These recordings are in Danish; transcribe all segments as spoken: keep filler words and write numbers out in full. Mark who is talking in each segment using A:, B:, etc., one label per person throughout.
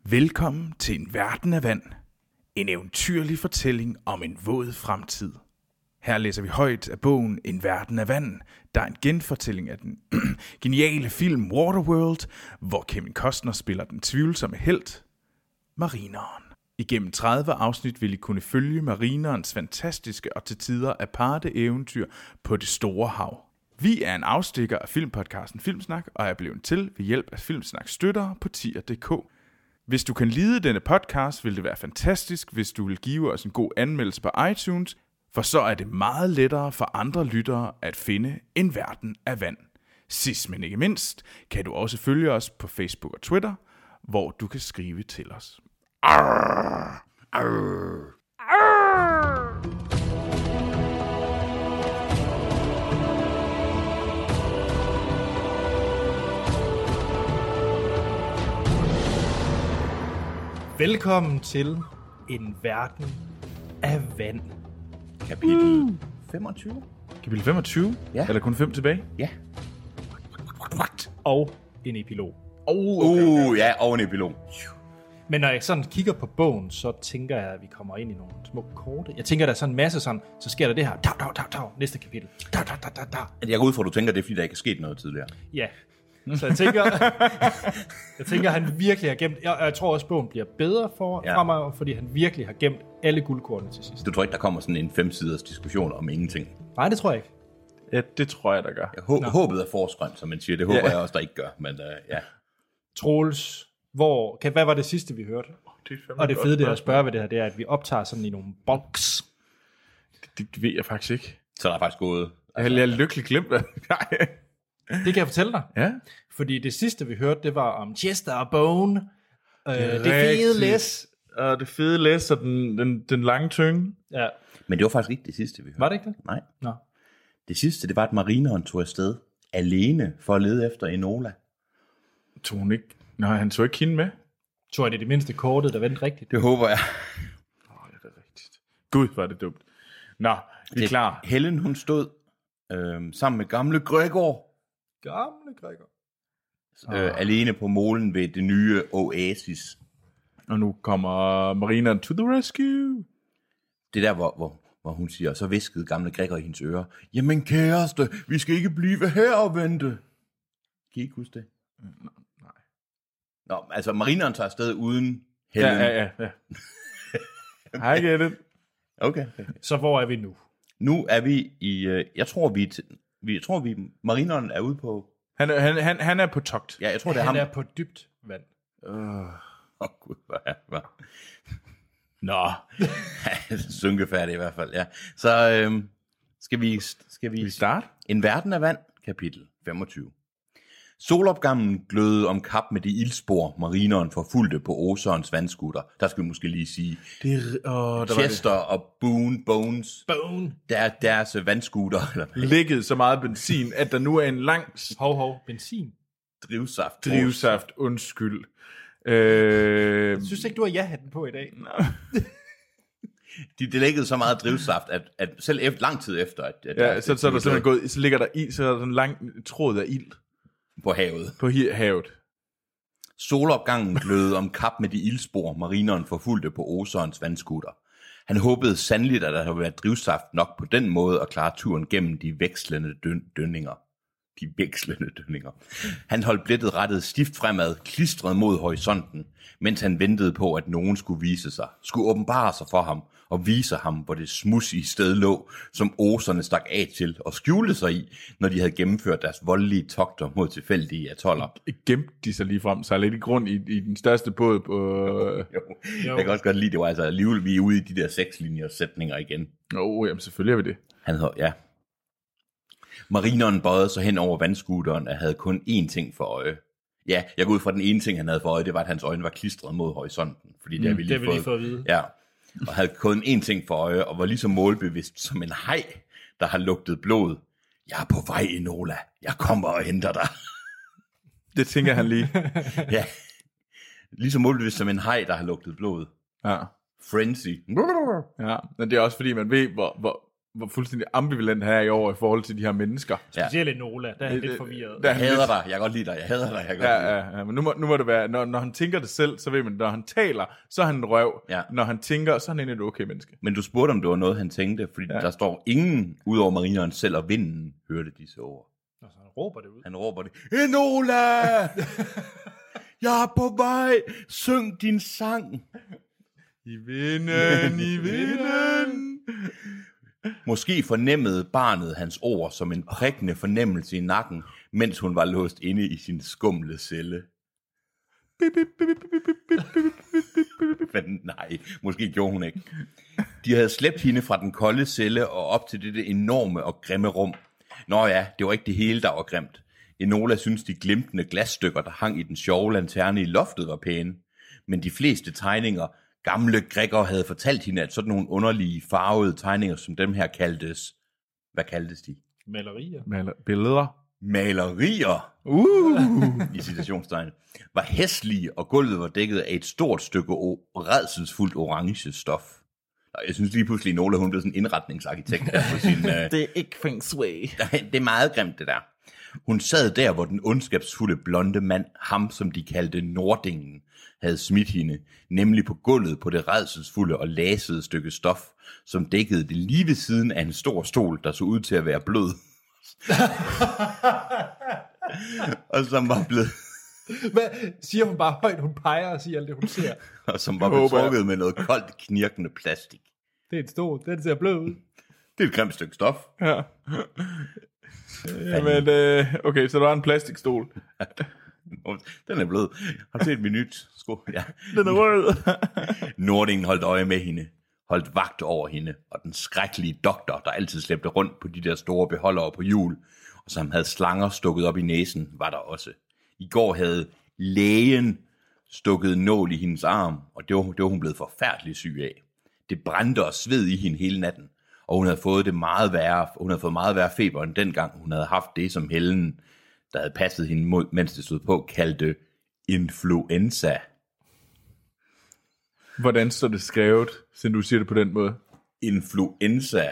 A: Velkommen til en verden af vand. En eventyrlig fortælling om en våd fremtid. Her læser vi højt af bogen En verden af vand, der er en genfortælling af den geniale film Waterworld, hvor Kevin Costner spiller den tvivlsomme helt, marineren. Igennem tredive afsnit vil I kunne følge marinerens fantastiske og til tider aparte eventyr på det store hav. Vi er en afstikker af filmpodcasten Filmsnak, og er blevet til ved hjælp af Filmsnak støttere på tier punktum d k. Hvis du kan lide denne podcast, vil det være fantastisk, hvis du vil give os en god anmeldelse på iTunes, for så er det meget lettere for andre lyttere at finde en verden af vand. Sidst men ikke mindst, kan du også følge os på Facebook og Twitter, hvor du kan skrive til os. Arr, arr, arr.
B: Velkommen til En verden af vand.
C: Kapitel uh. femogtyve.
A: Kapitel femogtyve?
C: Ja.
A: Eller kun fem tilbage?
C: Ja.
B: Og en epilog.
C: Oh, okay, okay. Uh, ja, og en epilog.
B: Men når jeg sådan kigger på bogen, så tænker jeg, at vi kommer ind i nogle små korte. Jeg tænker, der er sådan en masse sådan, så sker der det her. Tag, tag, tag, tag. Næste kapitel. Tag, tag, tag, tag, tag.
C: Jeg går ud fra, at du tænker, det er fordi, der ikke er sket noget tidligere.
B: Ja. Så jeg tænker, jeg tænker, han virkelig har gemt. Jeg, jeg tror også, bogen bliver bedre for ja. fremover, fordi han virkelig har gemt alle guldkornene til sidst.
C: Du tror ikke, der kommer sådan en femsiders diskussion om ingenting?
B: Nej, det tror jeg ikke.
A: Ja, det tror jeg, der gør.
C: Jeg hå- håbet er forskrømt, som man siger. Det håber ja. jeg også, der ikke gør. Men uh, ja.
B: Troels, hvor, kan, hvad var det sidste, vi hørte?
A: Det
B: og det fede, det er at spørge ved det her, det er, at vi optager sådan i nogle boks.
A: Det, det ved jeg faktisk ikke.
C: Så der er faktisk gået.
A: Altså, jeg er lykkelig glemt det.
B: Det kan jeg fortælle dig.
A: Ja.
B: Fordi det sidste, vi hørte, det var om Chester og Bone. Øh, det, det fede læs.
A: Og det fede læs og den, den, den lange tynge.
B: Ja.
C: Men det var faktisk ikke det sidste, vi hørte.
B: Var det ikke det?
C: Nej.
B: Nå.
C: Det sidste, det var, at marineren tog afsted alene for at lede efter Enola.
A: Tog hun ikke? Nej, han tog ikke hende med.
B: Tror jeg, det er det mindste kortet, der vendte rigtigt.
C: Det håber jeg.
A: Åh, oh, det er rigtigt. Gud, var det dumt. Nå, vi er klar.
C: Helen, hun stod øh, sammen med gamle Gregor.
B: Gamle Gregor.
C: Øh, oh. Alene på molen ved det nye Oasis.
A: Og nu kommer marineren to the rescue.
C: Det der, hvor, hvor, hvor hun siger, så viskede gamle Gregor i hendes ører. Jamen kæreste, vi skal ikke blive her og vente. Kan I ikke huske det?
A: Mm, nej.
C: Nå, altså marineren tager afsted uden Helen.
A: Ja, ja, ja. ja. I get it.
C: Okay, okay.
B: Så hvor er vi nu?
C: Nu er vi i, øh, jeg tror vi, t- vi, jeg tror vi, marineren er ude på.
A: Han, han, han, han er på togt.
C: Ja, jeg tror det er
B: han
C: ham.
B: er på dybt vand.
C: Åh, uh. oh, gud, hvor er det?
A: Nå.
C: Synkefærdig i hvert fald, ja. Så øhm, skal vi, skal vi,
A: vi starte?
C: En verden af vand, kapitel femogtyve. Solopgangen glødede om kap med de ildspor, marineren forfulgte på Oserens vandskuter. Der skal vi måske lige sige.
A: Det er, åh, der
C: Chester
A: var det.
C: og Boone, Bones.
B: Bone.
C: Der, deres vandskuter. Eller
A: ligget så meget benzin, at der nu er en lang
B: hov, hov, benzin.
C: Drivsaft.
A: Drivsaft, undskyld. Øh...
B: Jeg synes ikke, du har ja-hatten på i dag.
C: De, de læggede så meget drivsaft, at, at selv efter, lang tid efter, at, at
A: ja, så, så er der simpelthen gået, så ligger der i, så er der en lang tråd af ild.
C: På havet.
A: På hi- havet.
C: Solopgangen glødede om kap med de ildspor, marineren forfulgte på Oserens vandskuter. Han håbede sandeligt, at der havde været drivsaft nok på den måde at klare turen gennem de vekslende døn- dønninger. De vekslende dønninger. Han holdt blættet rettet stift fremad, klistret mod horisonten, mens han ventede på, at nogen skulle vise sig, skulle åbenbare sig for ham, og vise ham, hvor det smudsige sted lå, som oserne stak af til og skjulte sig i, når de havde gennemført deres voldelige togter mod tilfældige atoller.
A: Gemte de sig lige frem, så lidt i grund i, i den største båd på...
C: Jo, jo. Jo. Jeg kan også godt lide, det var altså alligevel, vi er ude i de der seks linjers sætninger igen.
A: Jo, oh, jamen selvfølgelig er vi det.
C: Han havde, ja. Marineren bøjede sig hen over vandskuteren og havde kun én ting for øje. Ja, jeg går ud fra den ene ting, han havde for øje, det var, at hans øjne var klistret mod horisonten. Fordi det, mm, vi lige
B: det har vi lige fået at vide.
C: Ja, og havde kun én ting for øje, og var lige så målbevidst som en haj, der har lugtet blod. Jeg er på vej, Enola. Jeg kommer og henter dig.
A: Det tænker han lige.
C: Ja, lige så målbevidst som en haj, der har lugtet blod.
A: Ja.
C: Frenzy.
A: Ja, men det er også fordi, man ved, hvor, hvor hvor fuldstændig ambivalent han er i år i forhold til de her mennesker.
B: Specielt Enola, der er han lidt forvirret.
C: Jeg hader dig, jeg kan godt lide dig, jeg hader dig, jeg kan godt
A: ja,
C: lide dig.
A: Ja, ja, men nu må, nu må det være, når, når han tænker det selv, så ved man, når han taler, så er han en røv.
C: Ja.
A: Når han tænker, så er han et okay menneske.
C: Men du spurgte, om det var noget, han tænkte, fordi ja. Der står ingen, udover marineren selv og vinden, hørte disse ord.
B: Altså, han råber det ud.
C: Han råber det. Enola! Jeg er på vej! Syng din sang!
A: I vinden, i vinden.
C: Måske fornemmede barnet hans ord som en prikkende fornemmelse i nakken, mens hun var låst inde i sin skumle celle. Men nej, måske gjorde hun ikke. De havde slæbt hende fra den kolde celle og op til dette enorme og grimme rum. Nå ja, det var ikke det hele, der var grimt. Enola synes de glimtende glasstykker, der hang i den sjove lanterne i loftet, var pæne. Men de fleste tegninger, gamle grækere havde fortalt hende, at sådan nogle underlige farvede tegninger, som dem her kaldtes... Hvad kaldtes de?
B: Malerier.
A: Maler- billeder.
C: Malerier,
A: Uh.
C: i citationstegn, var hæslige, og gulvet var dækket af et stort stykke o- rædselsfuldt orange stof. Og jeg synes lige pludselig, Enola, hun blev sådan en indretningsarkitekt her på sin... Uh...
A: Det er ikke feng shui.
C: Det er meget grimt, det der. Hun sad der, hvor den ondskabsfulde blonde mand, ham som de kaldte Nordingen, havde smidt hende, nemlig på gulvet på det rædselsfulde og lasede stykke stof, som dækkede det lige ved siden af en stor stol, der så ud til at være blød. Og som var blevet...
B: Hvad siger hun bare højt? Hun peger og siger alt det, hun ser.
C: Og som var betrukket med noget koldt, knirkende plastik.
B: Det er en stol. Den ser blød ud.
C: Det er et grimt stykke stof.
A: Ja. Jamen, øh, okay, så der var en plastikstol.
C: Den er blød. Har du set minut? Sko. Ja.
A: Den er rød.
C: Nordingen holdt øje med hende, holdt vagt over hende, og den skrækkelige doktor, der altid slæbte rundt på de der store beholdere på hjul, og som havde slanger stukket op i næsen, var der også. I går havde lægen stukket en nål i hendes arm, og det var, det var hun blevet forfærdelig syg af. Det brændte og sved i hende hele natten, og hun havde fået det meget værre, hun havde fået meget værre feber end dengang hun havde haft det, som Helen, der havde passet hende mod, mens det stod på, kaldte influenza.
A: Hvordan står det skrevet, siden du siger det på den måde?
C: Influenza.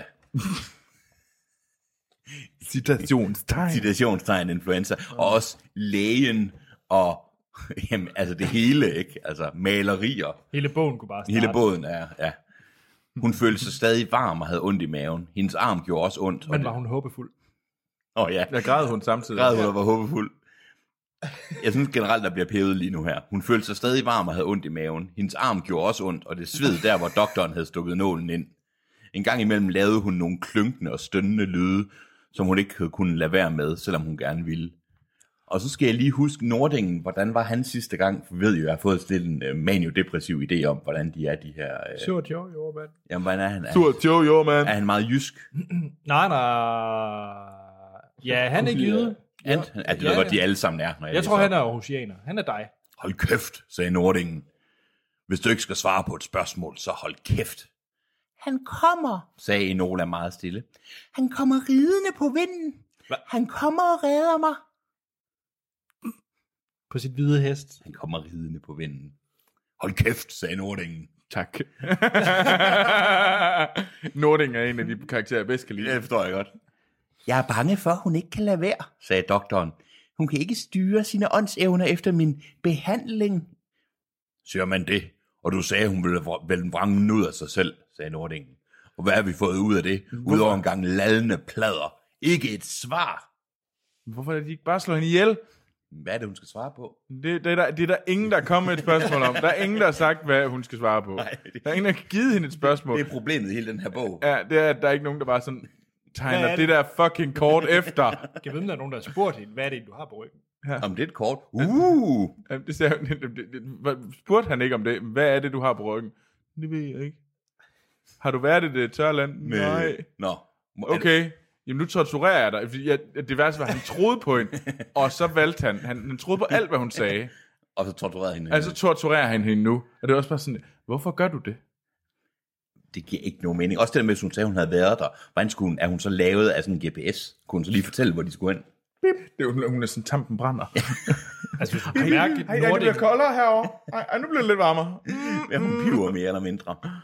A: Citationstegn.
C: Citationstegn influenza. Og også lægen og jamen, altså det hele, ikke? Altså malerier.
B: Hele bogen kunne bare starte.
C: Hele båden er, ja. Hun følte sig stadig varm og havde ondt i maven. Hendes arm gjorde også ondt.
B: Men var hun håbefuld?
C: Åh oh, ja.
A: Jeg græd hun samtidig.
C: Græd hun og var håbefuld. Jeg synes generelt, der bliver pævet lige nu her. Hun følte sig stadig varm og havde ondt i maven. Hendes arm gjorde også ondt, og det sved der, hvor doktoren havde stukket nålen ind. En gang imellem lavede hun nogle klynkende og stønnende lyde, som hun ikke havde kunnet lade være med, selvom hun gerne ville. Og så skal jeg lige huske Nordingen, hvordan var han sidste gang? For vi ved jo, jeg har fået stillet en uh, maniodepressiv idé om, hvordan de er, de her... Uh...
B: Surt jo, jo, mand.
C: Jamen, hvordan er han? Er,
A: Surt jo, jo, man.
C: er han meget jysk?
B: Nej, nej. Ja, han er jyde.
C: Han, han, at det
B: Ja,
C: ved
B: ja.
C: godt, de alle sammen er. Når jeg
B: Jeg tror,
C: læser
B: han
C: op.
B: er aarhusianer. Han er dig.
C: Hold kæft, sagde Nordingen. Hvis du ikke skal svare på et spørgsmål, så hold kæft. Han kommer, sagde Enola meget stille. Han kommer ridende på vinden.
B: Hva?
C: Han kommer og redder mig.
B: På sit hvide hest.
C: Han kommer ridende på vinden. Hold kæft, sagde Nordingen.
A: Tak. Nording er en af de karakterer, jeg bedst kan lide.
C: Det forstår jeg godt. Jeg er bange for, at hun ikke kan lade være, sagde doktoren. Hun kan ikke styre sine åndsevner efter min behandling. Siger man det? Og du sagde, hun ville vælge vrangen ud af sig selv, sagde Nordingen. Og hvad har vi fået ud af det? Udover en gang lallende plader. Ikke et svar.
A: Hvorfor er de ikke bare slå hende ihjel?
C: Hvad er det, hun skal svare på?
A: Det, det, er der, det er der ingen, der kommer med et spørgsmål om. Der er ingen, der har sagt, hvad hun skal svare på.
C: Nej, det-
A: Der er ingen, der har givet hende et spørgsmål.
C: Det er problemet i hele den her bog.
A: Ja, det er, at der er ikke nogen, der bare sådan tegner
B: Hvad er
A: det?
B: det?
A: det der fucking kort efter.
B: Kan jeg vide, om der er nogen, der har spurgt hende, hvad er det, du har på ryggen?
C: Om det er et kort. Uh!
A: Jamen, Det sagde, det, det, det, hvad- spurgte han ikke om det. Hvad er det, du har på ryggen? Det ved jeg ikke. Har du været i det tørre land? Nej.
C: Nå. Må-
A: Okay. Jamen, nu torturerer jeg dig. Fordi jeg, det værste var, at han troede på hende, og så valgte han. Han, han troede på alt, hvad hun sagde.
C: Og så torturerede hende.
A: Altså torturerer han hende nu. Og det er også bare sådan, hvorfor gør du det?
C: Det giver ikke nogen mening. Også det der med, at hun sagde, hun havde været der. Hvordan skulle hun, er hun så lavet af sådan en G P S? Kunne hun så lige fortælle, hvor de skulle hen?
A: Bip. Det er, hun, hun er sådan, tampen brænder.
B: Altså, hvis du kan mærke,
A: Ej, det bliver koldere herovre. Ej, ej, nu bliver det lidt varmere.
C: Ja, hun piver mere eller mindre.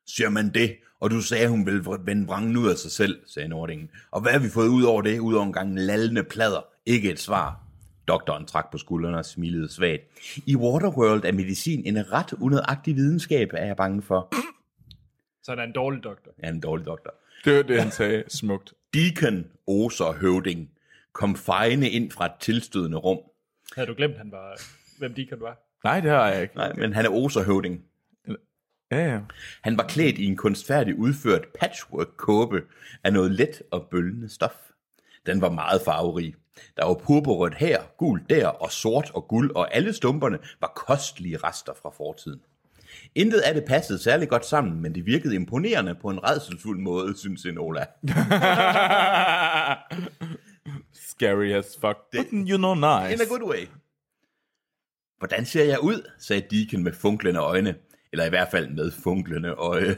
C: Siger man det? Og du sagde, hun ville vende vrangen ud af sig selv, sagde Nordingen. Og hvad har vi fået ud over det? Ud over en gang lallende plader. Ikke et svar. Doktoren trak på skuldrene og smilede svagt. I Waterworld er medicin en ret unødagtig videnskab, er jeg bange for.
B: Så er der en dårlig doktor.
C: Ja, en dårlig doktor.
D: Det var det, han sagde. Smukt.
C: Deacon Oser Høvding kom fejende ind fra et tilstødende rum.
B: Havde du glemt, han var, hvem Deacon var?
D: Nej, det har jeg ikke.
C: Nej, men han er Oser Høvding.
D: Ja, ja.
C: Han var klædt i en kunstfærdig udført patchwork-kåbe af noget let og bølgende stof. Den var meget farverig. Der var purpurrødt her, gult der og sort og guld, og alle stumperne var kostelige rester fra fortiden. Intet af det passede særlig godt sammen, men det virkede imponerende på en rædselsfuld måde, synes Enola.
D: Scary as fuck, but you know nice.
C: In a good way. Hvordan ser jeg ud, sagde Deacon med funklende øjne. Eller i hvert fald med funklende øje.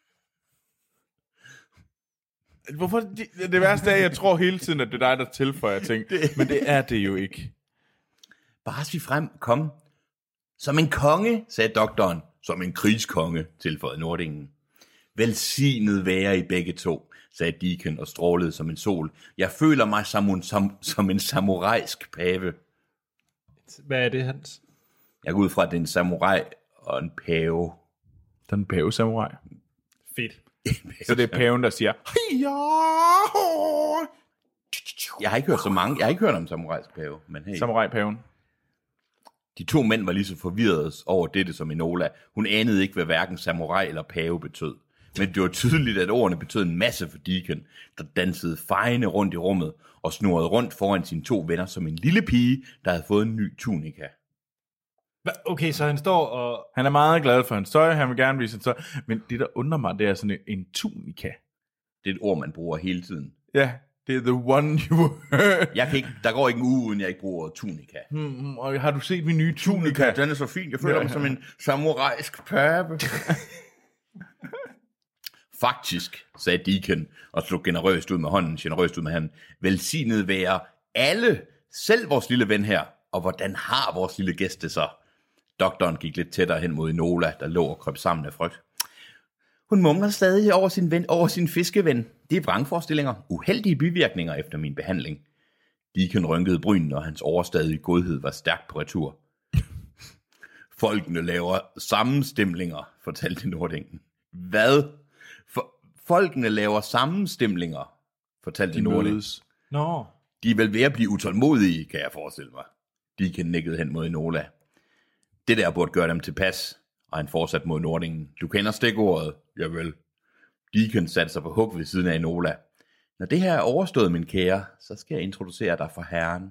D: Hvorfor? Det, det værste er, at jeg tror hele tiden, at det er dig, der tilføjer ting. Det. Men det er det jo ikke.
C: Bare sig frem, kom. Som en konge, sagde doktoren. Som en krigskonge, tilføjede Nordingen. Velsignet være i begge to, sagde Deacon og strålede som en sol. Jeg føler mig som en, som, som en samuraisk pave.
B: Hvad er det, Hans?
C: Jeg går ud fra, at det er en samurai og en pave.
D: Der er en pave-samurai.
B: Fedt.
D: Så det er paven, der siger,
C: Jeg har ikke hørt så mange. Jeg har ikke hørt om samuraisk pave, men hey.
D: Samurai-paven.
C: De to mænd var lige så forvirrede over dette som Enola. Hun anede ikke, hvad hverken samurai eller pave betød. Men det var tydeligt, at ordene betød en masse for Deacon, der dansede fejende rundt i rummet og snurrede rundt foran sine to venner som en lille pige, der havde fået en ny tunika.
B: Okay, så han står og...
D: Han er meget glad for hans tøj, han vil gerne vise hans tøj. Men det, der undrer mig, det er sådan en, en tunika.
C: Det er et ord, man bruger hele tiden.
D: Ja, det er the one you heard.
C: Jeg kan ikke, der går ikke en uge, uden jeg ikke bruger tunika.
D: Hmm, og har du set min nye tunika?
C: Den er så fin. Jeg føler mig som en samuraisk pave. Faktisk, sagde Deacon, og slog generøst ud med hånden, generøst ud med hånden. Velsignet være alle, selv vores lille ven her. Og hvordan har vores lille gæst det så? Doktoren gik lidt tættere hen mod Enola, der lå og krøb sammen af frygt. Hun mumler stadig over sin, ven, over sin fiskeven. Det er vrangforestillinger, uheldige bivirkninger efter min behandling. Deacon rynkede brynen, og hans overstadige godhed var stærkt på retur. Folkene laver sammenstemlinger, fortalte Nordingen. Hvad? For, folkene laver sammenstemlinger, fortalte Nordingen.
B: Nå.
C: De er vel ved at blive utålmodige, kan jeg forestille mig. Deacon nikkede hen mod Enola. Det der burde gøre dem tilpas, og han fortsatte mod Nordingen. Du kender stikordet? Javel. Deacon satte sig på hug ved siden af Enola. Når det her er overstået, min kære, så skal jeg introducere dig for herren.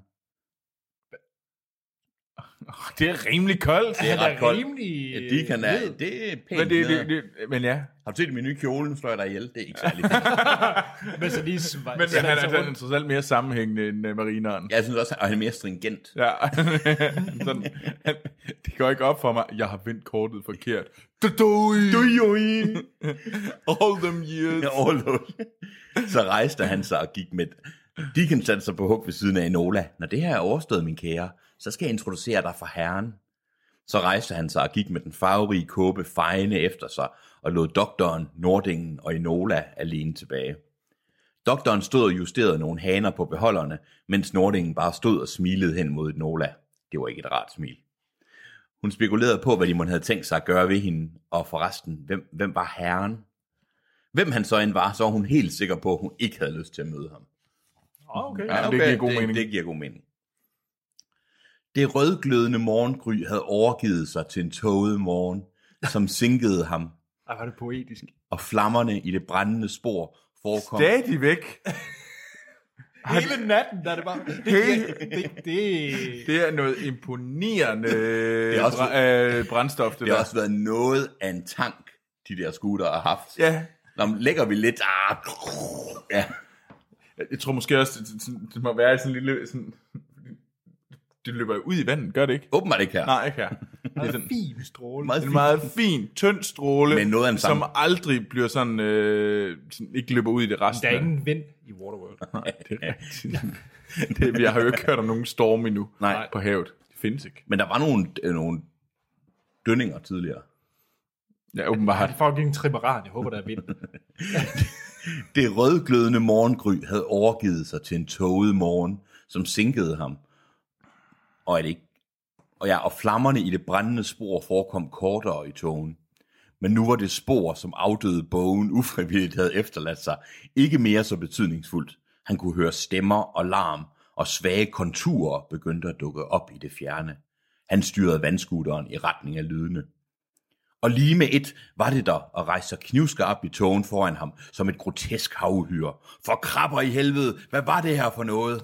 D: Det er rimelig koldt.
C: Det er
B: Han
C: ret koldt.
B: rimelig...
C: Ja, Deacon er, det er pænt.
D: Men, det, det, det, men ja.
C: Har du set min nye kjole? Nu slår jeg dig ihjel. Det er ikke særlig fint.
B: Men så lige sv-
D: Men
B: sætter
D: han
B: sig
D: er
B: rundt.
D: sådan trods alt mere sammenhængende end uh, marineren.
C: Jeg synes også, at han er mere stringent.
D: Ja. Sådan, han, det går ikke op for mig. Jeg har vendt kortet forkert. Du-dui.
C: Dui.
D: All them years.
C: Så rejste han sig og gik med. Deacon satte sig på hug ved siden af Enola. Når det her er overstået, min kære, så skal jeg introducere dig for herren. Så rejste han sig og gik med den farverige kåbe fejende efter sig, og lod doktoren, Nordingen og Enola alene tilbage. Doktoren stod og justerede nogle haner på beholderne, mens Nordingen bare stod og smilede hen mod Enola. Det var ikke et rart smil. Hun spekulerede på, hvad de måtte have tænkt sig at gøre ved hende, og forresten, hvem, hvem var herren? Hvem han så end var, så var hun helt sikker på, at hun ikke havde lyst til at møde ham.
B: Okay.
D: Ja, det giver god
C: det,
D: mening.
C: Det giver god mening. Det rødglødende morgengry havde overgivet sig til en tåget morgen, som sinkede ham,
B: Ej, var det poetisk.
C: og flammerne i det brændende spor forekom.
D: Stadig væk.
B: Hele natten, der er det bare... Det, det, det, det,
D: Det er noget imponerende
C: er også-
D: bra- øh, brændstof, det,
C: Det
D: der.
C: har også været noget af en tank, de der scooter har haft.
D: Ja.
C: Nå, men lægger vi lidt... Ah, ja.
D: Jeg tror måske også, det, det, det må være sådan en lille... Sådan, det løber jo ud i vandet, gør det ikke?
C: Åbenbart ikke her.
D: Nej, ikke her. Det er sådan
B: fin stråle.
C: Meget
D: en
C: fint.
D: meget fin, tynd stråle,
C: Men noget af en
D: som
C: sang.
D: aldrig bliver sådan, øh, sådan, ikke løber ud i det resten.
B: Der er
D: af-
B: ingen vind i Waterworld.
D: Nej, det er rigtigt. det, jeg har jo ikke hørt om nogen storm endnu
C: Nej.
D: på havet. Det findes ikke.
C: Men der var nogle, øh, nogle dønninger tidligere.
D: Ja, åbenbart.
B: Det er fucking trimmeran. Jeg håber, der er vind.
C: Det rødglødende morgengry havde overgivet sig til en tåget morgen, som sinkede ham. Og, er det ikke? Og, ja, og flammerne i det brændende spor forekom kortere i tågen. Men nu var det spor, som afdøde bogen ufrivilligt havde efterladt sig, ikke mere så betydningsfuldt. Han kunne høre stemmer og larm, og svage konturer begyndte at dukke op i det fjerne. Han styrede vandskuteren i retning af lydene. Og lige med et var det der at rejse sig knivskarpt i tågen foran ham, som et grotesk havuhyre. For krabber i helvede, hvad var det her for noget?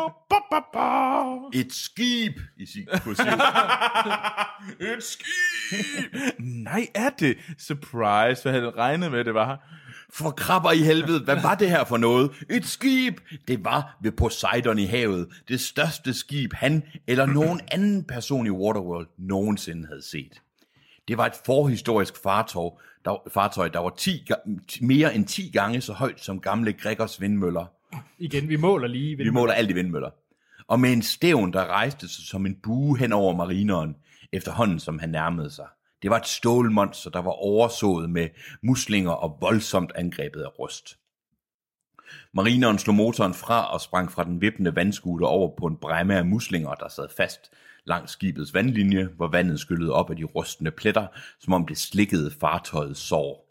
C: Et skib, i sin kursiv.
D: Et skib! Nej, er det? Surprise, hvad havde jeg regnet med, det var?
C: For krabber i helvede, hvad var det her for noget? Et skib! Det var ved Poseidon i havet. Det største skib, han eller nogen anden person i Waterworld nogensinde havde set. Det var et forhistorisk fartøj, der, fartøj, der var ti, mere end ti gange så højt som gamle Gregors vindmøller.
B: Igen, vi måler lige vindmøller.
C: Vi måler alt i vindmøller. Og med en stævn, der rejste sig som en bue hen over marineren, efterhånden som han nærmede sig. Det var et stålmonster, der var oversået med muslinger og voldsomt angrebet af rust. Marineren slog motoren fra og sprang fra den vippende vandskuter over på en bræmme af muslinger, der sad fast langs skibets vandlinje, hvor vandet skyllede op af de rustne pletter, som om det slikkede fartøjets sår.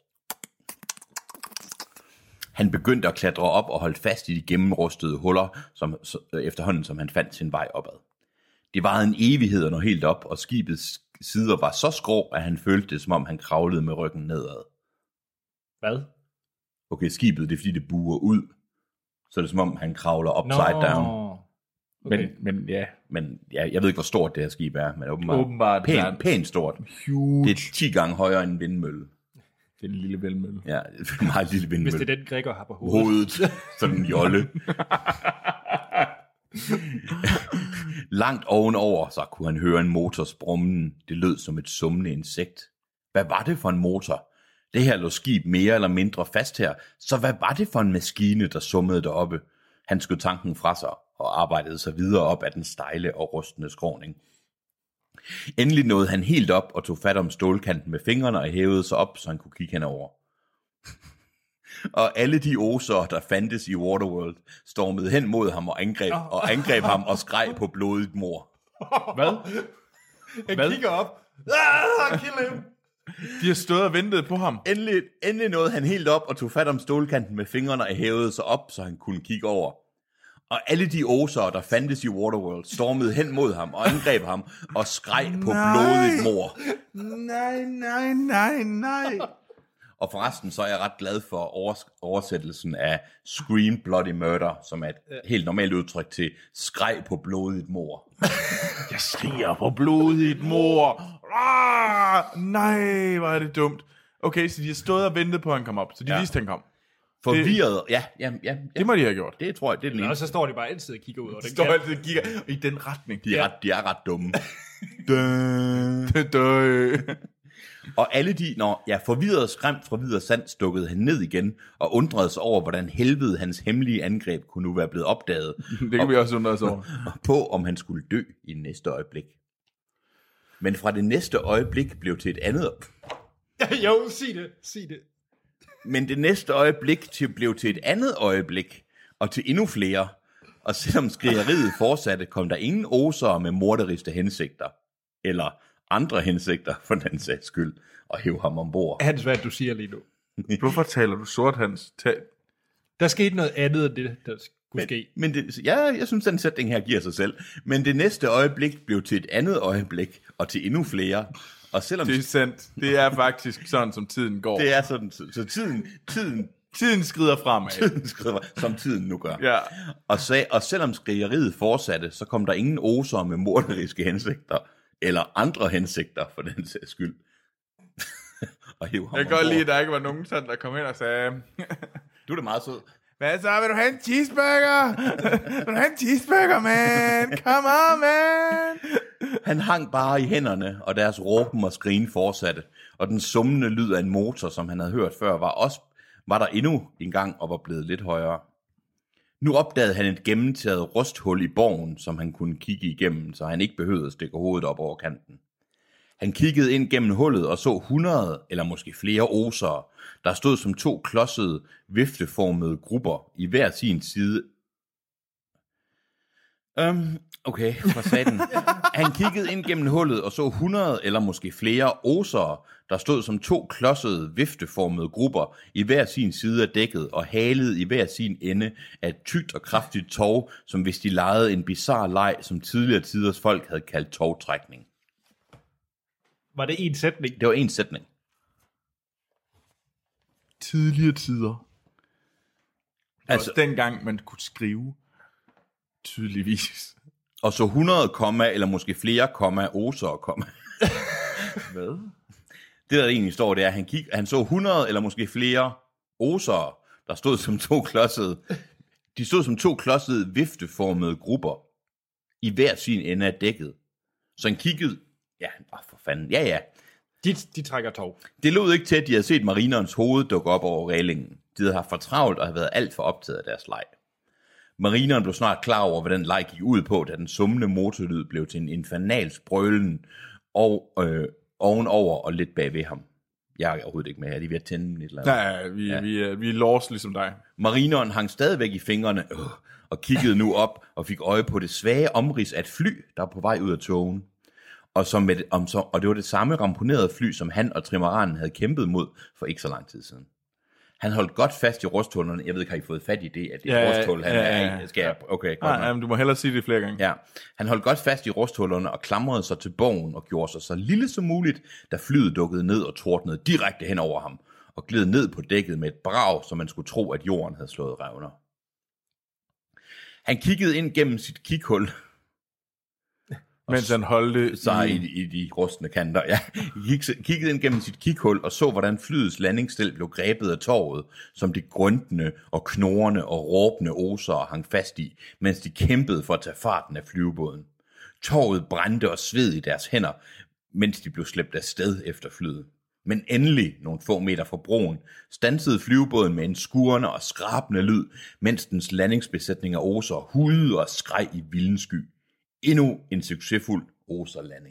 C: Han begyndte at klatre op og holdt fast i de gennemrustede huller, som, efterhånden som han fandt sin vej opad. Det varede en evighed at nå helt op, og skibets sider var så skrå, at han følte det, som om han kravlede med ryggen nedad.
B: Hvad?
C: Okay, skibet, det er fordi, det buer ud. Så det er som om, han kravler upside
B: Nå.
C: down.
D: Okay. Men, men ja.
C: Men ja, jeg ved ikke, hvor stort det her skib er, men åbenbart,
D: Åbenbart
C: pænt, pænt stort.
D: Huge.
C: Det er ti gange højere end en vindmølle.
D: Det er en lille vindmølle.
C: Ja, det er en meget lille vindmølle.
B: Hvis det er den, Gregor har på hovedet.
C: Hovedet. Sådan en jolle. Langt ovenover så kunne han høre en motors brummen. Det lød som et summende insekt. Hvad var det for en motor? Det her lå skib mere eller mindre fast her. Så hvad var det for en maskine, der summede deroppe? Han skød tanken fra sig og arbejdede sig videre op ad den stejle og rustne skråning. Endelig nåede han helt op og tog fat om stålkanten med fingrene og hævede sig op, så han kunne kigge henover. Og alle de oser, der fandtes i Waterworld, stormede hen mod ham og angreb, og angreb ham og skreg på blodigt mor.
D: Hvad?
B: Jeg
D: Hvad?
B: kigger op. Ah, kill him.
D: De har stået og ventet på ham.
C: Endelig, endelig nåede han helt op og tog fat om stålkanten med fingrene og hævede sig op, så han kunne kigge over. Og alle de oser, der fandtes i Waterworld, stormede hen mod ham og angreb ham og skreg på blodigt mor.
D: Nej, nej, nej, nej.
C: Og forresten så er jeg ret glad for overs- oversættelsen af Scream Bloody Murder, som er et helt normalt udtryk til skreg på blodigt mor.
D: Jeg skriger på blodigt mor. Ah, nej, hvor er det dumt. Okay, så de har stået og ventet på, at han kom op. Så de
C: Ja.
D: vidste, at han kom.
C: Forvirret, ja, ja, ja, ja.
D: Det må de have gjort.
C: Det tror jeg, det er den ene.
B: Og så står de bare altid og kigger ud over
D: De
B: den
D: står
B: kant.
D: altid og kigger i den retning.
C: De er, ret, de er ret dumme.
D: Dø.
C: Og alle de, når ja, forvirret og skræmt fra videre sand, stukkede han ned igen og undrede sig over, hvordan helvede hans hemmelige angreb kunne nu være blevet opdaget.
D: Det kan
C: og,
D: vi også undre os over.
C: og på, om han skulle dø i næste øjeblik. Men fra det næste øjeblik blev til et andet...
B: Jo, sig det, sig det.
C: Men det næste øjeblik til, blev til et andet øjeblik, og til endnu flere. Og selvom skrigeriet fortsatte, kom der ingen oser med morderiske hensigter. Eller andre hensigter, for den sags skyld, og hæve ham ombord.
B: Hans, hvad du siger lige nu.
D: Hvorfor taler du sort, Hans? Ta-
B: Der skete noget andet end det, der skulle
C: Men,
B: ske.
C: men det, ja, jeg synes, den sætning her giver sig selv. Men det næste øjeblik blev til et andet øjeblik, og til endnu flere. Og selvom
D: Det er sandt. Det er faktisk sådan, som tiden går.
C: det er sådan, så tiden, tiden,
D: Tiden skrider fremad.
C: tiden skriver, som tiden nu gør.
D: Ja.
C: Og, sag, og selvom skrigeriet fortsatte, så kom der ingen oser med morderiske hensigter, eller andre hensigter for den sags skyld. Og hæve ham
D: Jeg kan godt
C: ombord.
D: lide, at der ikke var nogen sådan, der kom hen og sagde,
C: Du er da meget sød.
D: hvad så, vil du have en cheeseburger? Vil du have en cheeseburger, man? Come on, man!
C: Han hang bare i hænderne, og deres råben og skrigen fortsatte, og den summende lyd af en motor, som han havde hørt før, var, også, var der endnu en gang og var blevet lidt højere. Nu opdagede han et gennemmetaget rusthul i borgen, som han kunne kigge igennem, så han ikke behøvede at stikke hovedet op over kanten. Han kiggede ind gennem hullet og så hundrede eller måske flere osere, der stod som to klodsede, vifteformede grupper i hver sin side. Um, okay, for satan. Han kiggede ind gennem hullet og så hundrede eller måske flere osere, der stod som to klodsede, vifteformede grupper i hver sin side af dækket og halede i hver sin ende af et tykt og kraftigt tov, som hvis de legede en bizarre leg, som tidligere tiders folk havde kaldt tovtrækning.
B: Var det en sætning?
C: Det var en sætning.
D: Tidligere tider. Det var
C: Altså-
D: altså dengang, man kunne skrive tydeligvis.
C: Og så hundrede komma, eller måske flere komma, osere komma.
D: Hvad?
C: Det der egentlig står, det er, at han, kig, han så hundrede eller måske flere osere, der stod som to klodsede. De stod som to klodsede, vifteformede grupper i hver sin ende af dækket. Så han kiggede... Ja, åh, for fanden. Ja, ja.
B: De, de trækker tov.
C: Det lod ikke til, at de havde set marinerens hoved dukke op over reglingen. De havde haft for travlt og havde været alt for optaget af deres leg. Marineren blev snart klar over, hvad den leg gik ud på, da den summende motorlyd blev til en infernalsk brølen og, øh, ovenover og lidt bag ved ham. Jeg er overhovedet ikke med her, de er ved at tænde et eller andet.
D: Nej, vi,
C: Ja.
D: ja. vi, er, vi er lost ligesom dig.
C: Marineren hang stadigvæk i fingrene øh, og kiggede nu op og fik øje på det svage omrids af et fly, der var på vej ud af togen. Og, som med, om, så, og det var det samme ramponerede fly, som han og trimaranen havde kæmpet mod for ikke så lang tid siden. Han holdt godt fast i rusthullerne. Jeg ved ikke, har I fået fat i det, at det er
D: Ja,
C: rusthul, han
D: ja,
C: er
D: ja.
C: i? Skal jeg? Okay, godt
D: Nej,
C: nok.
D: nej, du må hellere sige det flere gange.
C: Ja, han holdt godt fast i rusthullerne og klamrede sig til bogen og gjorde sig så lille som muligt, da flyet dukkede ned og tordnede direkte hen over ham og gled ned på dækket med et brag, så man skulle tro, at jorden havde slået revner. Han kiggede ind gennem sit kighul,
D: Mens han holdte
C: sig
D: i...
C: i, i de rustne kanter. Ja, Kig- kiggede ind gennem sit kighul og så, hvordan flyets landingsstil blev grebet af torvet, som de grøntende og knorrende og råbende osere hang fast i, mens de kæmpede for at tage farten af flyvebåden. Torvet brændte og sved i deres hænder, mens de blev slæbt afsted efter flyet. Men endelig, nogle få meter fra broen, stansede flyvebåden med en skurrende og skrabende lyd, mens dens landingsbesætning af osere hudede og skreg i vilden sky. Endnu en succesfuld oserlanding.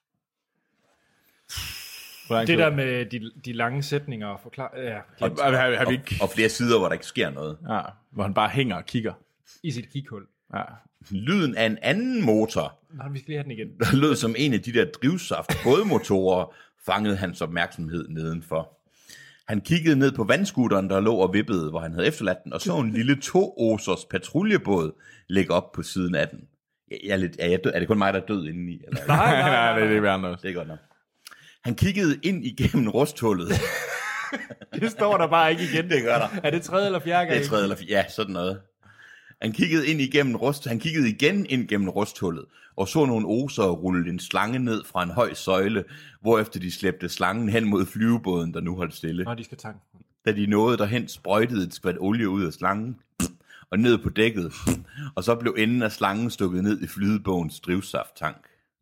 B: Det der med de, de lange sætninger og forklare... Ja,
D: Og, og, har, har vi
C: Og,
D: ikke...
C: og flere sider, hvor der ikke sker noget.
D: Ja, hvor han bare hænger og kigger.
B: i sit kighul.
D: Ja.
C: Lyden af en anden motor,
B: Nej, vi skal lige have den igen.
C: der lød som en af de der drivsaft bådmotorer, fangede hans opmærksomhed nedenfor. Han kiggede ned på vandscooteren, der lå og vippede, hvor han havde efterladt den, og så en lille to-osers patruljebåd ligge op på siden af den. Jeg er, lidt, er, jeg død, er det kun mig, der er død indeni? Eller?
D: Nej, nej, nej, det er det værende også.
C: Det er godt nok. Han kiggede ind igennem rusthullet.
B: Det står der bare ikke igen.
C: Det gør der.
B: Er det tredje eller fjerde gang?
C: Det er tredje eller fjerde, ja, sådan noget. Han kiggede ind igennem rust, han kiggede igen ind gennem rusthullet, og så nogle osere rulle en slange ned fra en høj søjle, hvorefter de slæbte slangen hen mod flyvebåden, der nu holdt stille.
B: Nå, de skal tanke.
C: Da de nåede derhen, sprøjtede et skvat olie ud af slangen, og ned på dækket, og så blev enden af slangen stukket ned i flydebådens drivsafttank.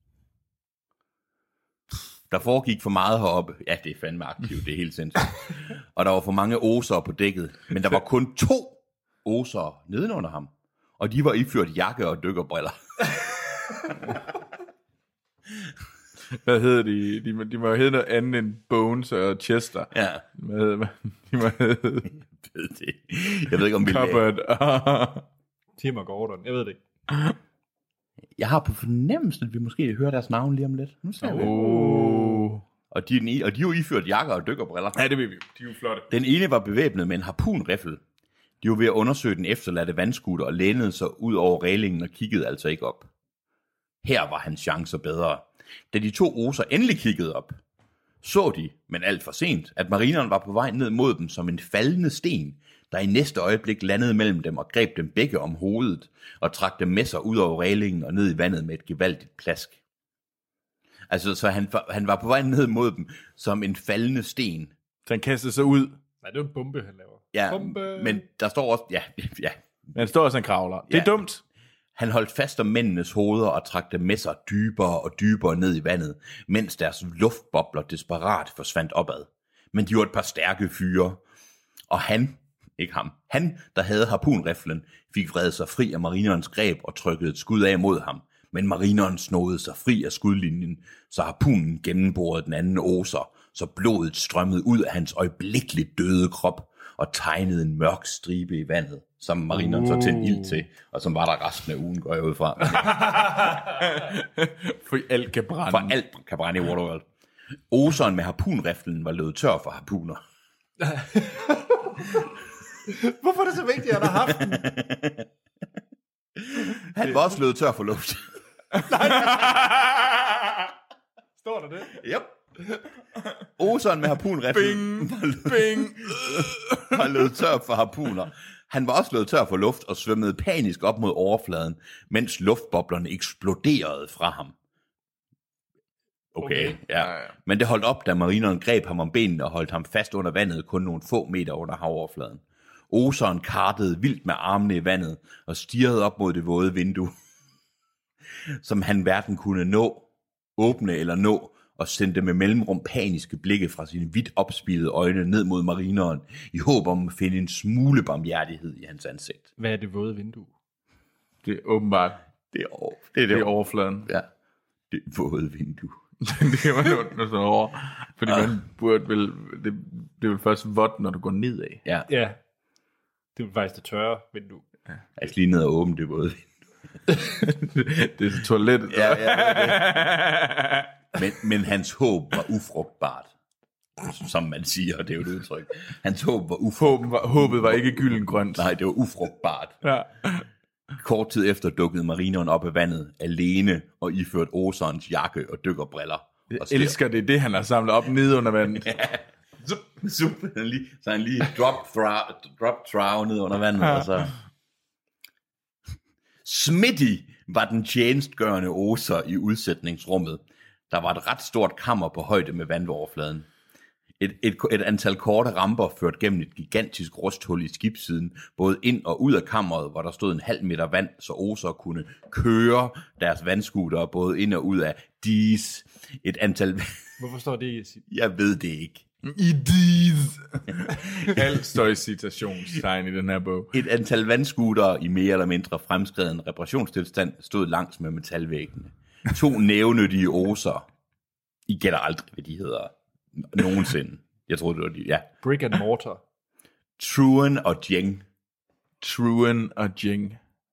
C: Der foregik for meget heroppe. Ja, det er fandme aktivt, det er helt sindssygt. Og der var for mange osere på dækket, men der var kun to osere nedenunder ham, og de var iført jakke og dykkerbriller.
D: Hvad hedder de? De må, de må hedde noget andet end Bones og Chester.
C: Ja,
D: Hvad, hvad, de må hedde
C: jeg ved det. Jeg ved ikke, om vi lagde.
D: Cupboard.
B: Tim og Gordon, jeg ved det ikke.
C: Jeg har på fornemmelsen, at vi måske hører deres navn lige om lidt. Nu ser vi.
D: Oh.
C: Og de, er den i- og de er jo iført jakker og dykkerbriller.
D: Ja, det vil vi. De er jo flotte.
C: Den ene var bevæbnet med en harpunriffel. De var ved at undersøge den efterladte vandskuter og lænede sig ud over reglingen og kiggede altså ikke op. Her var hans chancer bedre. Da de to oser endelig kiggede op, så de, men alt for sent, at marineren var på vej ned mod dem som en faldende sten, der i næste øjeblik landede mellem dem og greb dem begge om hovedet og trak dem med sig ud over reglingen og ned i vandet med et gevaldigt plask. Altså, så han, han var på vej ned mod dem som en faldende sten.
D: Så han kastede sig ud.
B: Nej, det er jo en bombe, han laver.
C: Ja,
B: Bombe.
C: men der står også, ja, ja,
D: Men han står også en kravler. Det er
C: Ja.
D: dumt.
C: han holdt fast om mændenes hoveder og trak dem med sig dybere og dybere ned i vandet, mens deres luftbobler desperat forsvandt opad. Men de var et par stærke fyre, og han, ikke ham, han, der havde harpunriflen, fik vredet sig fri af marinerens greb og trykkede et skud af mod ham, Men marineren snodede sig fri af skudlinjen, så harpunen gennemborede den anden oser, så blodet strømmede ud af hans øjeblikkeligt døde krop og tegnede en mørk stribe i vandet, som marineren uh. så tændte ild til, og som var der resten af ugen, går jeg ud fra.
D: For alt kan brænde.
C: For alt kan brænde i Waterworld. Oseren med harpunriflen var løbet tør for harpuner.
B: Hvorfor er det så vigtigt, at han har haft den?
C: Han var også løbet tør for luft.
B: Står der det?
C: Yep. Oseren med harpunriflen
D: Bing,
C: var, løbet,
D: bing.
C: var løbet tør for harpuner. Han var også løbet tør for luft og svømmede panisk op mod overfladen, mens luftboblerne eksploderede fra ham. Okay, okay. Ja.
D: Ja, ja.
C: Men det holdt op, da marineren greb ham om benene og holdt ham fast under vandet kun nogle få meter under havoverfladen. Oseren kartede vildt med armene i vandet og stirrede op mod det våde vindue, som han hverken kunne nå, åbne eller nå, og sendte med mellemrum paniske blikke fra sine vidt opspilede øjne ned mod marineren, i håb om at finde en smule barmhjertighed i hans ansigt.
B: Hvad er det våde vindue?
D: Det er åbenbart,
C: Det er, over, det, er
D: det
C: det,
D: er overfladen.
C: Ja, det er våde vindue.
D: Det kan man jo sådan over. Fordi man burde vel, det, det er vel først vådt, når du går nedad.
C: Ja,
B: Ja. Det er faktisk det tørre vindue.
C: jeg skal lige ned og åbne det våde vindue.
D: Det er så toilettet.
C: Ja, ja, det. Men, men hans håb var ufrugtbart, som man siger, det er jo et udtryk. Hans håb var ufrugtbart.
D: Håbet var, håbet var ikke gyldengrønt.
C: Nej, det var ufrugtbart.
D: Ja.
C: Kort tid efter dukkede marineren op af vandet, alene og iført oserens jakke og dykkerbriller.
D: Jeg
C: Og
D: elsker det, det han har samlet op nede under vandet.
C: Zup, zup, han lige, så han lige drop throw, drop throw ned under vandet, og så... Smitty var den tjenestgørende oser i udsætningsrummet. Der var et ret stort kammer på højde med vandoverfladen. Et, et, et antal korte ramper førte gennem et gigantisk rusthul i skibssiden, både ind og ud af kammeret, hvor der stod en halv meter vand, så oser kunne køre deres vandskutere både ind og ud af dis. Et antal...
B: Hvorfor står det i?
C: Jeg ved det ikke.
D: I dis. Alt står i citationstegn i den her bog.
C: Et antal vandskutere i mere eller mindre fremskreden reparationstilstand stod langs med metalvæggene. To nævnyttige oser. I gætter aldrig, hvad de hedder. Nogensinde. Jeg troede, det var de. Ja.
B: Brick and mortar.
C: Truen og Jeng.
D: Truen og Jing.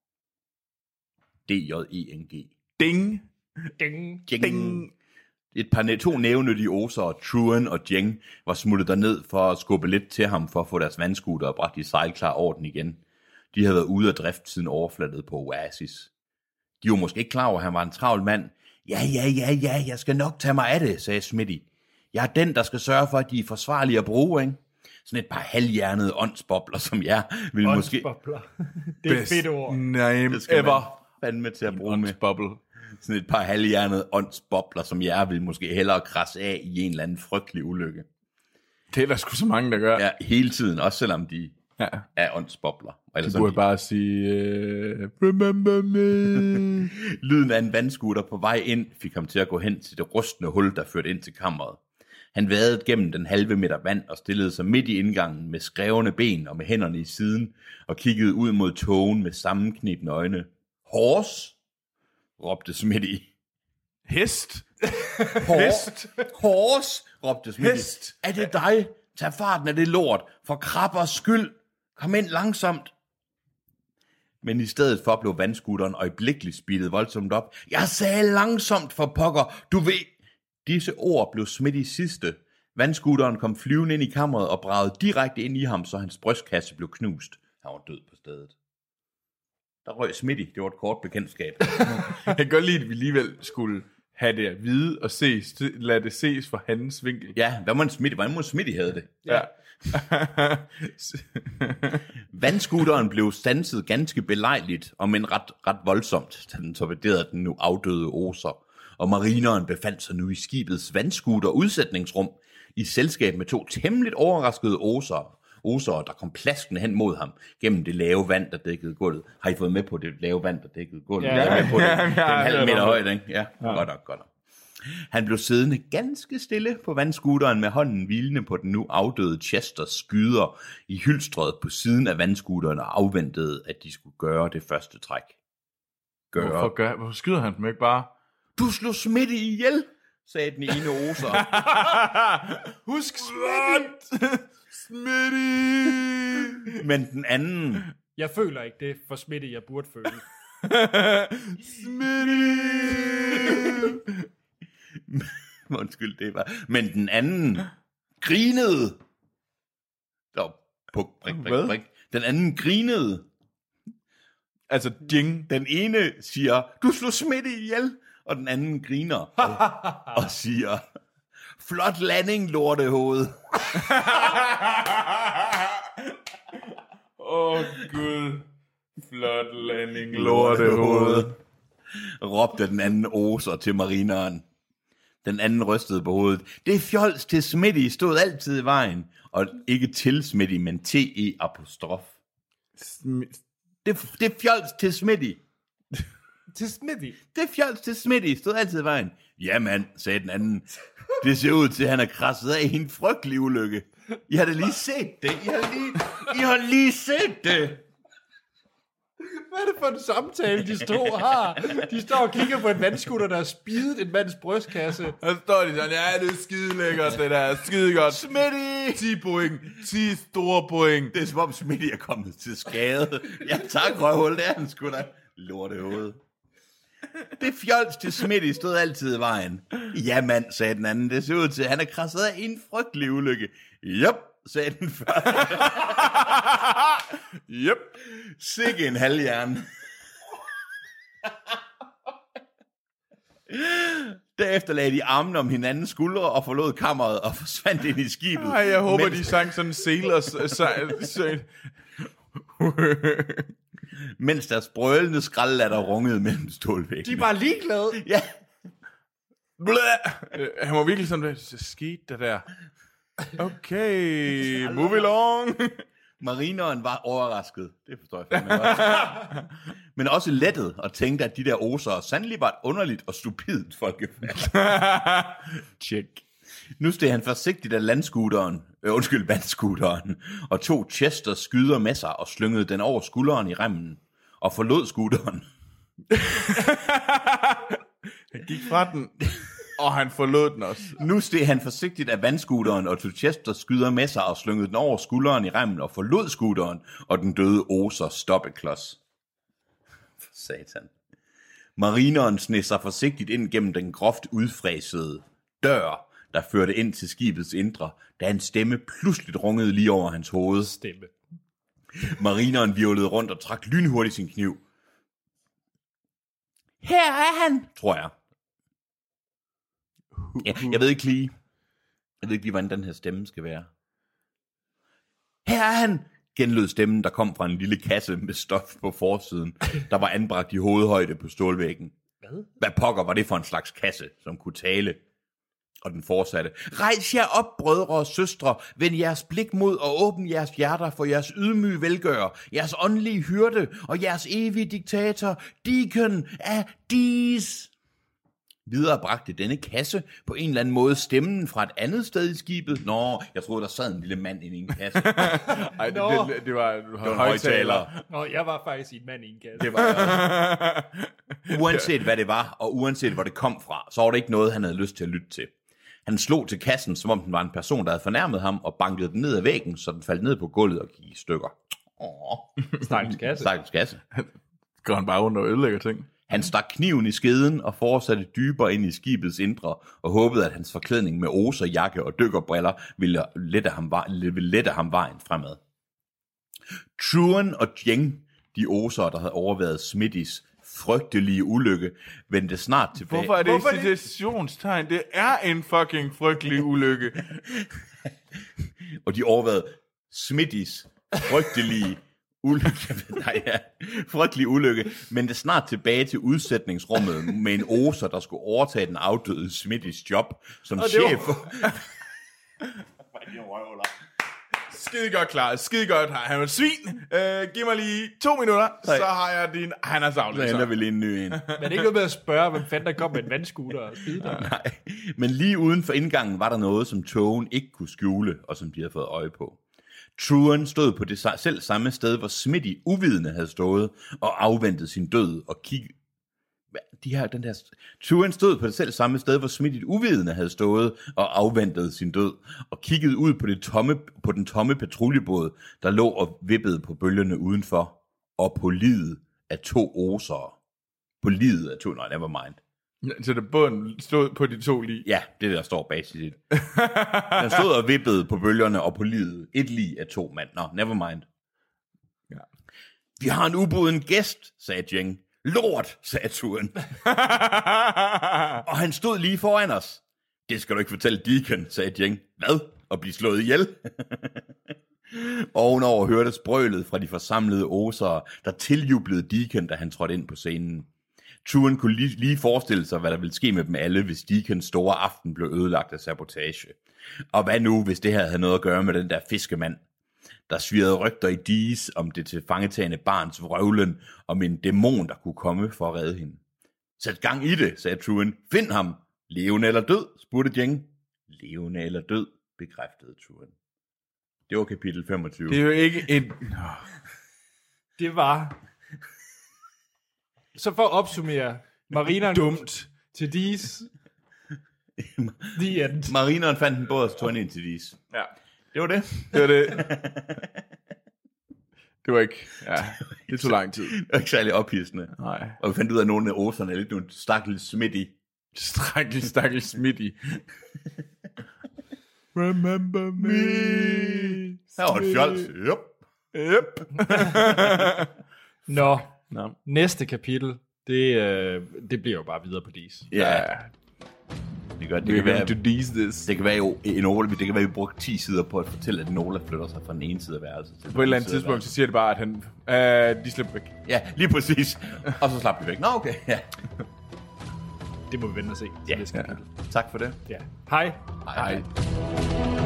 C: D J E N G.
D: Ding.
B: Ding.
C: Jeng.
D: Ding.
C: Et par to nævnyttige oser, Truen og Jeng, var smuttet derned for at skubbe lidt til ham for at få deres vandskuter og bragt i sejlklar orden igen. De havde været ude af drift siden overfladet på Oasis. De var måske ikke klar over, at han var en travl mand. Ja, ja, ja, ja, jeg skal nok tage mig af det, sagde Smitty. Jeg er den, der skal sørge for, at de er forsvarlige at bruge, ikke? Sådan et par halvhjernede åndsbobler, som jeg vil måske...
B: Åndsbobler. Det er et fedt ord.
D: name
C: Det skal
D: ever.
C: man fandme til at bruge med.
D: Åndsboble.
C: Sådan et par halvhjernede åndsbobler, som jeg vil måske hellere krasse af i en eller anden frygtelig ulykke.
D: Det er der sgu så mange, der gør.
C: Ja, hele tiden, også selvom de
D: Ja.
C: er åndsbobler. Eller
D: Du
C: som
D: burde
C: de-
D: bare sige, uh, remember me.
C: Lyden af en vandskuter på vej ind fik ham til at gå hen til det rustne hul, der førte ind til kammeret. Han vadede gennem den halve meter vand og stillede sig midt i indgangen med skrevne ben og med hænderne i siden og kiggede ud mod tågen med sammenknibende øjne. Horse, råbte Smitty.
D: Hest.
C: Hest. Horse, råbte Smitty.
D: Hest.
C: Er det dig? Tag farten af det lort. For krabbers skyld. Kom ind langsomt. Men i stedet for blev vandskuteren øjeblikkeligt speedet voldsomt op. Jeg sagde langsomt for pokker. Du ved... Disse ord blev smidt i sidste. Vandskuteren kom flyvende ind i kammeret og bragede direkte ind i ham, så hans brystkasse blev knust. Han var død på stedet. Der røg Smitty. Det var et kort bekendtskab.
D: Jeg kan godt lide, at vi alligevel skulle have det at vide og ses, lad det ses fra hans vinkel.
C: Ja, hvad må en Smitty? Hvordan må Smitty havde det?
D: Ja.
C: Vandskuteren blev standset ganske belejligt, og men ret, ret voldsomt, da den torpederede den nu afdøde oser. Og marineren befandt sig nu i skibets vandskuter udsætningsrum, i selskab med to temmeligt overraskede oser, oser, der kom plaskende hen mod ham, gennem det lave vand, der dækkede gulvet. Har I fået med på det lave vand, der dækkede gulvet?
B: Ja.
C: Jeg er med på det.
D: Ja,
C: Det er en
D: ja,
C: halv
D: ja,
C: meter
D: ja.
C: højt, ikke? Ja, ja. Godt nok, godt nok. Han blev siddende ganske stille på vandskuteren med hånden hvilende på den nu afdøde Chesters skyder i hylstret på siden af vandskuteren og afventede, at de skulle gøre det første træk. gøre.
D: Hvorfor, gør, hvorfor skyder han dem ikke bare?
C: Du slog Smitty ihjel, sagde den ene oser.
D: Husk Smitty! Smitty!
C: Men den anden...
B: Jeg føler ikke det for Smitty, jeg burde føle.
D: Smitty!
C: Undskyld, det var... Men den anden grinede. Der var puk, brik, brik,
D: Hvad?
C: brik. Den anden grinede.
D: Altså, ding.
C: Den ene siger, du slog Smitty ihjel. Og den anden griner og, og siger, flot landing, lortehoved.
D: Åh, oh, Gud. Flot landing, lortehoved.
C: Råbte den anden oser til marineren. Den anden rystede på hovedet. Det er fjols til Smitty, stod altid i vejen. Og ikke til Smitty, men T-E apostrof.
D: Sm-
C: Det, det er fjols til Smitty.
B: Til Smitty.
C: Det er fjols til Smitty, stod altid i vejen. Ja, mand, sagde den anden. Det ser ud til, at han er krasset af i en frygtelig ulykke. I har da lige set det. I har lige, I har lige set det.
B: Hvad er det for en samtale, de to har? De står og kigger på en vandskutter, der har spidet en mands brystkasse.
D: Der står de sådan, ja, det er skide lækkert, det der. Skide godt.
C: Smitty!
D: ti point. ti store point.
C: Det er som om Smitty er kommet til skade. Ja, tak, røvhul, det er han sgu da. Lortehoved. Det fjols til Smitty stod altid i vejen. Ja, mand, sagde den anden. Det ser ud til, at han er krasset af i en frygtelig ulykke. Jop, sagde den første.
D: Yep.
C: Sikke en halvhjerne. Derefter lagde de armene om hinandens skuldre og forlod kammeret og forsvandt ind i skibet.
D: Ej, jeg håber,
C: mens,
D: de sang sådan sailors... Sejl.
C: mens deres brølende skraldlatter rungede mellem stålvæggene.
B: De er bare ligeglade.
C: Ja,
D: Øh, Han var virkelig sådan, hvad skete der der? Okay, move along.
C: marineren var overrasket. Det forstår jeg fandme godt. Men også lettet og tænkte, at de der oser sandelig var et underligt og stupidt folkefærd.
D: Check.
C: Nu steg han forsigtigt af landskuteren, øh, undskyld, vandskuteren, og tog Chester skyder med sig og slyngede den over skulderen i remmen, og forlod skuteren.
D: Han gik fra den, og han forlod den også.
C: Nu steg han forsigtigt af vandskuteren og tog Chester skyder med sig og slyngede den over skulderen i remmen og forlod skuteren, og den døde oser stoppeklods. For satan. Marineren sneg sig forsigtigt ind gennem den groft udfræsede dør, der førte ind til skibets indre, da en stemme pludseligt rungede lige over hans hoved.
B: Stemme.
C: Marineren virvlede rundt og trak lynhurtigt sin kniv. Her er han, tror jeg. Ja, jeg ved ikke lige, jeg ved ikke lige, hvordan den her stemme skal være. Her er han, genlød stemmen, der kom fra en lille kasse med stof på forsiden, der var anbragt i hovedhøjde på stålvæggen.
B: Hvad?
C: Hvad pokker var det for en slags kasse, som kunne tale? Og den fortsatte. Rejs jer op, brødre og søstre, vend jeres blik mod og åbn jeres hjerter for jeres ydmyge velgører, jeres åndelige hyrde og jeres evige diktator, Deacon af Dis. Videre bragte denne kasse på en eller anden måde stemmen fra et andet sted i skibet. Nå, jeg troede, der sad en lille mand inde i en kasse.
D: Ej, det,
B: Nå.
D: det, det var, du
C: Det
D: har
C: var en
D: højtaler.
C: højtaler.
B: Nå, jeg var faktisk i en mand i en kasse.
C: Det var uanset hvad det var, og uanset hvor det kom fra, så var det ikke noget, han havde lyst til at lytte til. Han slog til kassen, som om den var en person, der havde fornærmet ham, og bankede den ned ad væggen, så den faldt ned på gulvet og gik i stykker. Åh,
B: Stakkels kasse.
C: stakkels kasse.
D: Går han bare rundt og ødelægger ting.
C: Han stak kniven i skeden og fortsatte dybere ind i skibets indre, og håbede, at hans forklædning med oser, jakke og dykkerbriller ville lette ham, ville lette ham vejen fremad. Truan og Jeng, de oser, der havde overværet Smittys frygtelige ulykke, vendte snart tilbage.
D: Hvorfor er det
B: Hvorfor er
D: ikke
B: det-
D: citationstegn? Det er en fucking frygtelig ulykke.
C: Og de overvejede Smittys frygtelige ulykke, nej, ja, frygtelig ulykke, men det snart tilbage til udsætningsrummet med en oser, der skulle overtage den afdøde Smittys job som
B: det
C: chef.
D: Skide godt klar. Skide godt. Han var et svin. Uh, giv mig lige to minutter,
C: Nej.
D: så har jeg din... Han er
C: Så
D: savlet.
C: henter
D: Så.
C: vi lige en ny en.
B: Men det er ikke noget med at spørge, hvem fanden der kom med en vandskuter og spide der.
C: Nej, men lige uden for indgangen var der noget, som togen ikke kunne skjule, og som de havde fået øje på. Truan stod på det selv samme sted, hvor Smitty uvidende havde stået og afventet sin død, og, kig, de her, den der, Turen stod på det selv samme sted, hvor Smith i uvidende havde stået og afventet sin død, og kiggede ud på, det tomme, på den tomme patruljebåd, der lå og vippede på bølgerne udenfor, og på livet af to osere. På livet af to, nej, never mind.
D: Så der båden stod på de to lig.
C: Ja, det der står bag til det. Den stod og vippede på bølgerne og på livet. Et lig af to mand. Nå, never mind.
D: Ja.
C: Vi har en uboden gæst, sagde Jeng. Lort, sagde Turen. Og han stod lige foran os. Det skal du ikke fortælle Deacon, sagde Jeng. Hvad? At blive slået ihjel? Ovenover hørtes brølet fra de forsamlede osere, der tiljublede Deacon, da han trådte ind på scenen. Turen kunne lige, lige forestille sig, hvad der ville ske med dem alle, hvis Deacons store aften blev ødelagt af sabotage. Og hvad nu, hvis det her havde noget at gøre med den der fiskemand? Der svirrede rygter i Dees om det tilfangetagende barns vrøvlen, om en dæmon, der kunne komme for at redde hende. Sæt gang i det, sagde Turen. Find ham. Levende eller død, spurgte Jeng. Levende eller død, bekræftede Turen. Det var kapitel femogtyve.
D: Det er jo ikke en...
B: Det var... Så for at opsummere, marineren
D: dumt
B: til Dees. The end.
C: Marineren fandt en båd og tog ind til Dees.
D: Ja.
C: Det var det.
D: Det var det. Det var ikke... Ja, det tog lang tid.
C: Det var ikke særlig ophidsende.
D: Nej.
C: Og vi fandt ud af, at nogle af oserne er lidt nogle stakkels smidt i.
D: Stakkels, stakkels smidt i. Remember me.
C: Her var et fjols. Yep.
D: Yep.
B: Nå,
D: Nå.
B: næste kapitel, det, øh, det bliver jo bare videre på Dees.
C: Ja. Det gør, det,
D: We're
C: kan være,
D: going to deese this.
C: det kan være jo en Ola, det kan være, at vi brugte ti sider på at fortælle, at en Ola flytter sig fra den ene side af værelset til den
D: På et eller
C: anden
D: andet
C: side af
D: tidspunkt, så siger det bare, at han... Uh, de slipper væk.
C: værelset. Ja, lige præcis. Og så slap vi væk. Nå, okay. Ja.
B: Det må vi vente og se til
C: Ja.
B: næste kapitel.
C: Tak for det.
B: Ja. Hej.
C: Hej.
D: Hej.